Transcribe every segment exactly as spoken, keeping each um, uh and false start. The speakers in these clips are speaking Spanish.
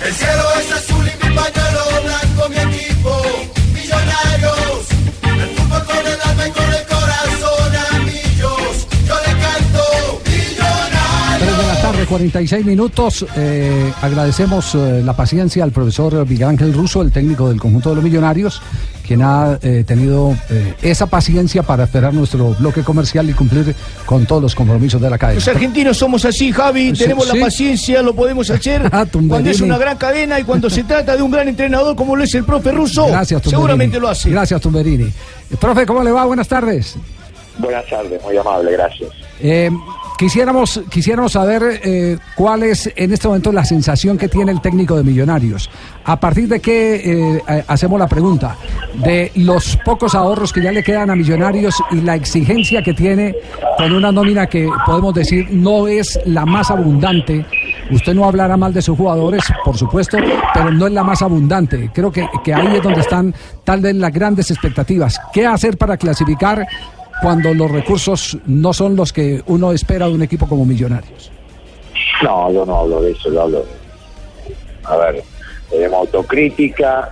El cielo es azul y mi pañuelo blanco, mi equipo, Millonarios. El fútbol con el alma y con el corazón a millos. Yo le canto Millonarios. tres de la tarde, cuarenta y seis minutos. Eh, agradecemos eh, la paciencia al profesor Miguel Ángel Russo, el técnico del conjunto de los Millonarios, quien ha eh, tenido eh, esa paciencia para esperar nuestro bloque comercial y cumplir con todos los compromisos de la cadena. Los argentinos somos así, Javi, Sí, tenemos sí. la paciencia, lo podemos hacer Ah, cuando es Tumberini. una gran cadena y cuando se trata de un gran entrenador como lo es el profe Russo, Gracias, Tumberini. seguramente lo hace. Gracias, Tumberini. Eh, profe, ¿cómo le va? Buenas tardes. Buenas tardes, muy amable, gracias. Eh, quisiéramos, quisiéramos saber eh, cuál es en este momento la sensación que tiene el técnico de Millonarios. ¿A partir de qué eh, eh, hacemos la pregunta? De los pocos ahorros que ya le quedan a Millonarios y la exigencia que tiene con una nómina que podemos decir no es la más abundante. Usted no hablará mal de sus jugadores, por supuesto, pero no es la más abundante. Creo que, que ahí es donde están tal vez las grandes expectativas. ¿Qué hacer para clasificar cuando los recursos no son los que uno espera de un equipo como Millonarios? No, yo no hablo de eso, yo hablo de... A ver, tenemos autocrítica,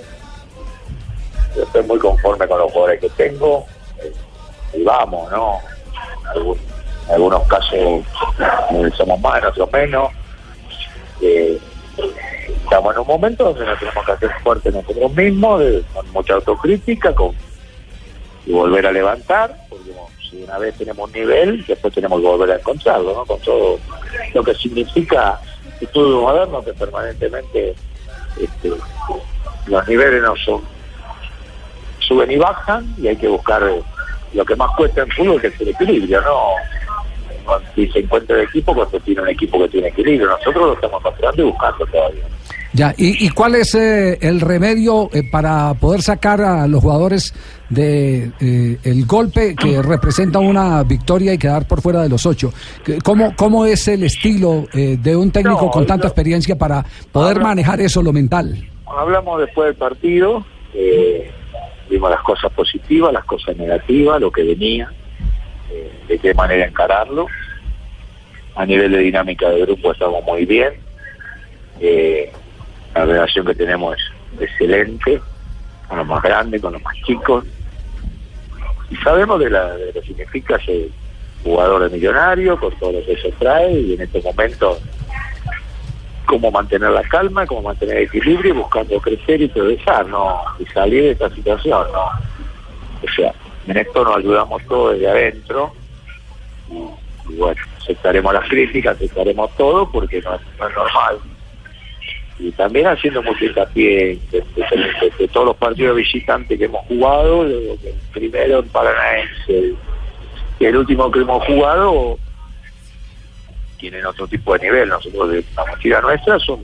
yo estoy muy conforme con los jugadores que tengo, eh, y vamos, ¿no? En, algún, en algunos casos eh, somos más, en otros menos. Eh, estamos en un momento donde nos tenemos que hacer fuertes nosotros mismos, de, con mucha autocrítica, con y volver a levantar, porque bueno, si una vez tenemos un nivel, después tenemos que volver a encontrarlo, ¿no? Con todo lo que significa el estudio moderno, que permanentemente este, los niveles no son, suben y bajan, y hay que buscar eh, lo que más cuesta en fútbol, que es el equilibrio, ¿no? Si se encuentra el equipo, cuando tiene un equipo que tiene equilibrio, nosotros lo estamos encontrando y buscando todavía. Ya, ¿y, y cuál es eh, el remedio eh, para poder sacar a los jugadores de eh, el golpe que representa una victoria y quedar por fuera de los ocho? ¿Cómo, cómo es el estilo eh, de un técnico No, con tanta no, experiencia para poder hablamos, manejar eso, lo mental? Hablamos después del partido, eh, vimos las cosas positivas, las cosas negativas, lo que venía, eh, de qué manera encararlo. A nivel de dinámica de grupo estamos muy bien. Eh, La relación que tenemos es excelente, con los más grandes, con los más chicos. Y sabemos de, la, de lo que significa ser jugador de Millonario, con todo lo que eso trae, y en este momento cómo mantener la calma, cómo mantener el equilibrio, buscando crecer y progresar, ¿no? Y salir de esta situación, ¿no? O sea, en esto nos ayudamos todos desde adentro, y, y bueno, aceptaremos las críticas, aceptaremos todo, porque no, no es normal. Y también haciendo mucho hincapié de, de, de, de todos los partidos visitantes que hemos jugado, el primero en Paranaense y el último que hemos jugado tienen otro tipo de nivel. Nosotros, de la mochila nuestra, son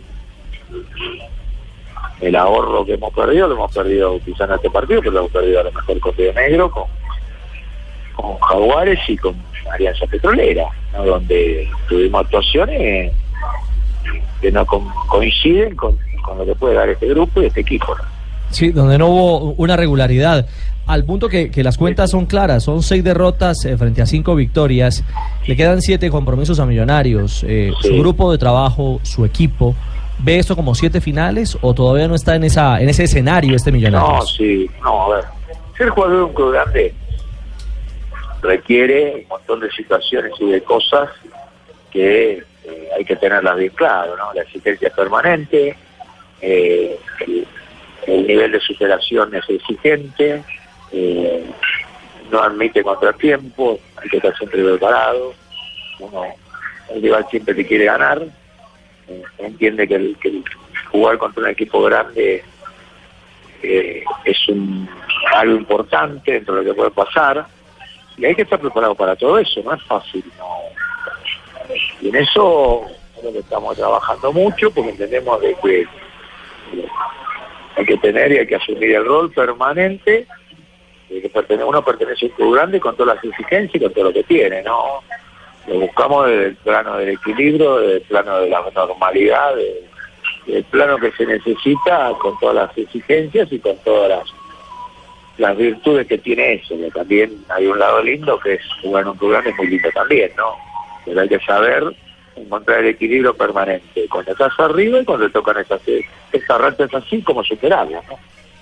el ahorro que hemos perdido, lo hemos perdido quizás en este partido, pero lo hemos perdido a lo mejor con Río Negro, con, con Jaguares y con Alianza Petrolera, ¿no? Donde tuvimos actuaciones que no co- coinciden con, con lo que puede dar este grupo y este equipo, ¿no? Sí, donde no hubo una regularidad, al punto que, que las cuentas son claras, son seis derrotas eh, frente a cinco victorias, le quedan siete compromisos a Millonarios, eh, Sí. su grupo de trabajo, su equipo, ¿ve esto como siete finales o todavía no está en esa en ese escenario este No, Millonarios? sí, no, a ver, ser jugador de un club grande requiere un montón de situaciones y de cosas que eh, hay que tenerlas bien claro, ¿no? La exigencia es permanente, eh, el, el nivel de superación es exigente, eh, no admite contratiempos, hay que estar siempre preparado, uno, el rival siempre te quiere ganar, eh, entiende que el, que el jugar contra un equipo grande eh, es un algo importante dentro de lo que puede pasar, y hay que estar preparado para todo eso, no es fácil, no. Y en eso creo que estamos trabajando mucho, porque entendemos de que eh, hay que tener y hay que asumir el rol permanente de que pertene, uno pertenece a un club grande con todas las exigencias y con todo lo que tiene, ¿no? Lo buscamos desde el plano del equilibrio, desde el plano de la normalidad, del plano que se necesita, con todas las exigencias y con todas las las virtudes que tiene eso, que también hay un lado lindo que es jugar en un club grande, es muy lindo también, ¿no? Pero hay que saber encontrar el equilibrio permanente cuando estás arriba y cuando te tocan esas, esas rachas así, como superarlas, ¿no?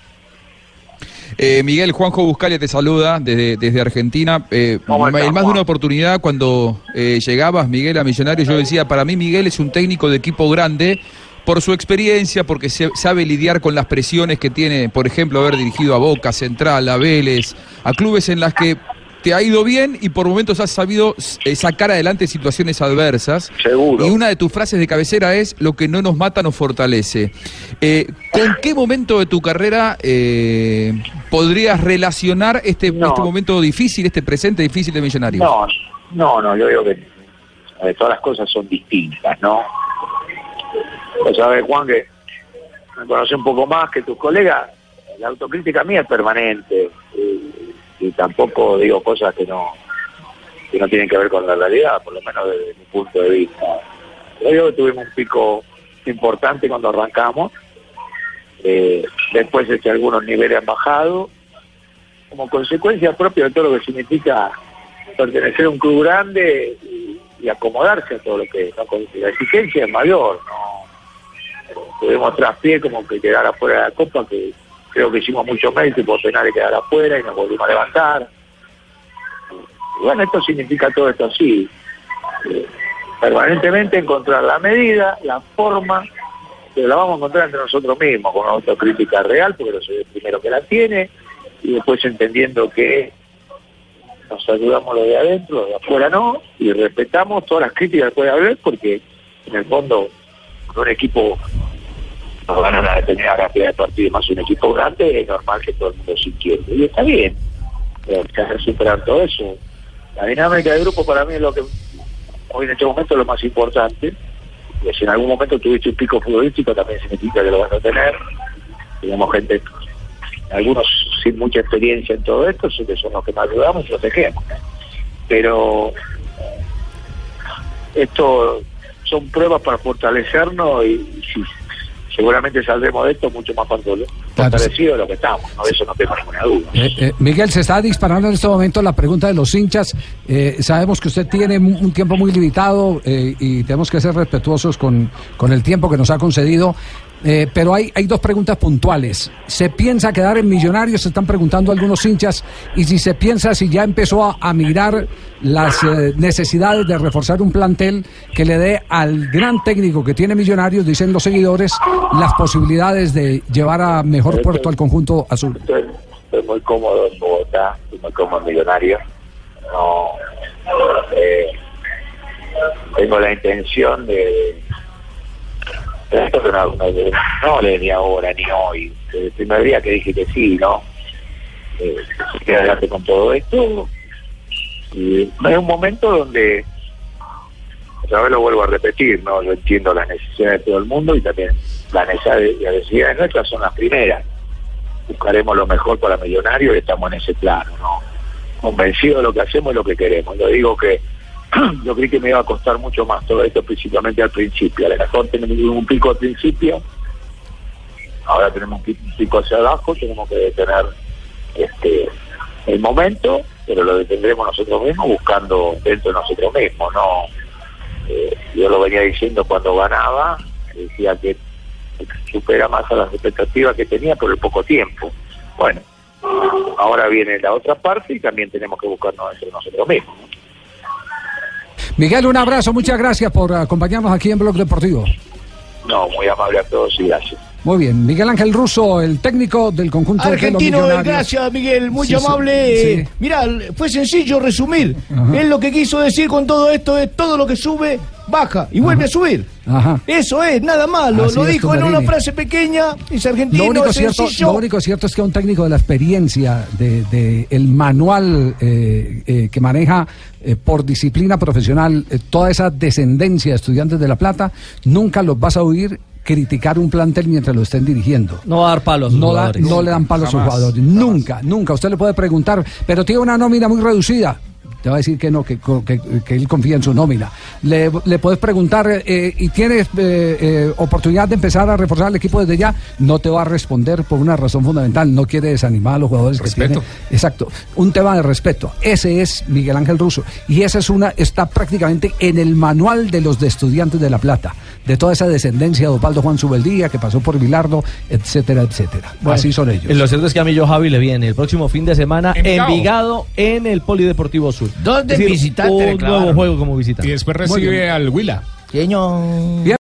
Eh, Miguel, Juanjo Buscalia te saluda desde, desde Argentina. Eh, en más de una oportunidad cuando eh, llegabas, Miguel, a Millonarios, yo decía, para mí Miguel es un técnico de equipo grande por su experiencia, porque se, sabe lidiar con las presiones que tiene, por ejemplo, haber dirigido a Boca, Central, a Vélez, a clubes en las que te ha ido bien y por momentos has sabido eh, sacar adelante situaciones adversas. Seguro. Y una de tus frases de cabecera es: lo que no nos mata nos fortalece. Eh, ¿Con qué momento de tu carrera eh, podrías relacionar este, no. este momento difícil, este presente difícil de Millonarios? No, no, no, yo digo que eh, todas las cosas son distintas, ¿no? Vos sabés, Juan, que me conocí un poco más que tus colegas. La autocrítica mía es permanente. Eh, y tampoco digo cosas que no que no tienen que ver con la realidad, por lo menos desde mi punto de vista. Yo digo que tuvimos un pico importante cuando arrancamos, eh, después este, algunos niveles han bajado, como consecuencia propia de todo lo que significa pertenecer a un club grande y, y acomodarse a todo lo que no, la exigencia es mayor, no eh, tuvimos traspié como que quedar afuera de la Copa, que creo que hicimos mucho mérito y por penales quedar afuera y nos volvimos a levantar. Y bueno, esto significa todo esto así. Eh, permanentemente encontrar la medida, la forma, pero la vamos a encontrar entre nosotros mismos, con una autocrítica real, porque yo soy el primero que la tiene, y después entendiendo que nos ayudamos los de adentro, los de afuera no, y respetamos todas las críticas que puede haber, porque en el fondo con un equipo no ganan una determinada cantidad de partidos, más un equipo grande, es normal que todo el mundo se inquiete. Y está bien, hay que superar todo eso. La dinámica del grupo para mí es lo que hoy en este momento es lo más importante. Y si en algún momento tuviste un pico futbolístico, también significa que lo vas a tener. Tenemos gente, algunos sin mucha experiencia en todo esto, que son los que más ayudamos y protegemos. Pero esto son pruebas para fortalecernos y, y si seguramente saldremos de esto mucho más fortalecidos de lo que estamos, ¿no? De eso no tengo ninguna duda. Eh, eh, Miguel, se está disparando en este momento la pregunta de los hinchas. Eh, sabemos que usted tiene un tiempo muy limitado eh, y tenemos que ser respetuosos con, con el tiempo que nos ha concedido. Eh, pero hay, hay dos preguntas puntuales. ¿Se piensa quedar en Millonarios? Se están preguntando algunos hinchas. Y si se piensa, si ya empezó a, a mirar las eh, necesidades de reforzar un plantel que le dé al gran técnico que tiene Millonarios, dicen los seguidores, las posibilidades de llevar a mejor estoy, puerto al conjunto azul. Estoy, estoy muy cómodo en Bogotá, estoy muy cómodo en Millonarios. No, eh, tengo la intención de esto que no, no, no le ni ahora ni hoy, el primer día que dije que sí, ¿no? Eh, que adelante con todo esto. Y es un momento donde, otra vez lo vuelvo a repetir, ¿no? Yo entiendo las necesidades de todo el mundo y también las necesidades nuestras son las primeras. Buscaremos lo mejor para Millonarios y estamos en ese plano, ¿no? Convencido de lo que hacemos y lo que queremos. Yo digo que yo creí que me iba a costar mucho más todo esto, principalmente al principio. A lo mejor tenemos un pico al principio, ahora tenemos un pico hacia abajo, tenemos que detener este el momento, pero lo detendremos nosotros mismos buscando dentro de nosotros mismos, ¿no? Eh, yo lo venía diciendo cuando ganaba, decía que supera más a las expectativas que tenía por el poco tiempo. Bueno, ahora viene la otra parte y también tenemos que buscarnos entre nosotros mismos, ¿no? Miguel, un abrazo, muchas gracias por acompañarnos aquí en Blog Deportivo. No, muy amable a todos y gracias. Muy bien, Miguel Ángel Russo, el técnico del conjunto argentino. De los gracias, Miguel, muy sí, amable. Sí. Eh, mirá, fue sencillo resumir. Ajá. Él lo que quiso decir con todo esto es todo lo que sube, baja y vuelve Ajá. a subir. Ajá. Eso es, nada más. Lo, lo dijo en una frase pequeña, es argentino, lo único es cierto, sencillo. Lo único cierto es que un técnico de la experiencia, de, de el manual eh, eh, que maneja eh, por disciplina profesional eh, toda esa descendencia de Estudiantes de La Plata, nunca los vas a oír criticar un plantel mientras lo estén dirigiendo. No va a dar palos. No, da, no le dan palos a sus jugadores. Jamás. Nunca, nunca. Usted le puede preguntar, pero tiene una nómina muy reducida. te va a decir que no, que, que, que él confía en su nómina. Le, le puedes preguntar, eh, ¿y tienes eh, eh, oportunidad de empezar a reforzar el equipo desde ya? No te va a responder por una razón fundamental, no quiere desanimar a los jugadores respeto. que tiene. Exacto, un tema de respeto. Ese es Miguel Ángel Russo, y esa es una, está prácticamente en el manual de los de Estudiantes de La Plata, de toda esa descendencia de Osvaldo Juan Zubeldía, que pasó por Bilardo, etcétera, etcétera. Bueno, así son ellos. Lo cierto es que a Millo Javi le viene el próximo fin de semana Envigado, Envigado en el Polideportivo Sur. Dos de visitante, un nuevo juego como visitante. Y después recibe al Huila. Señor.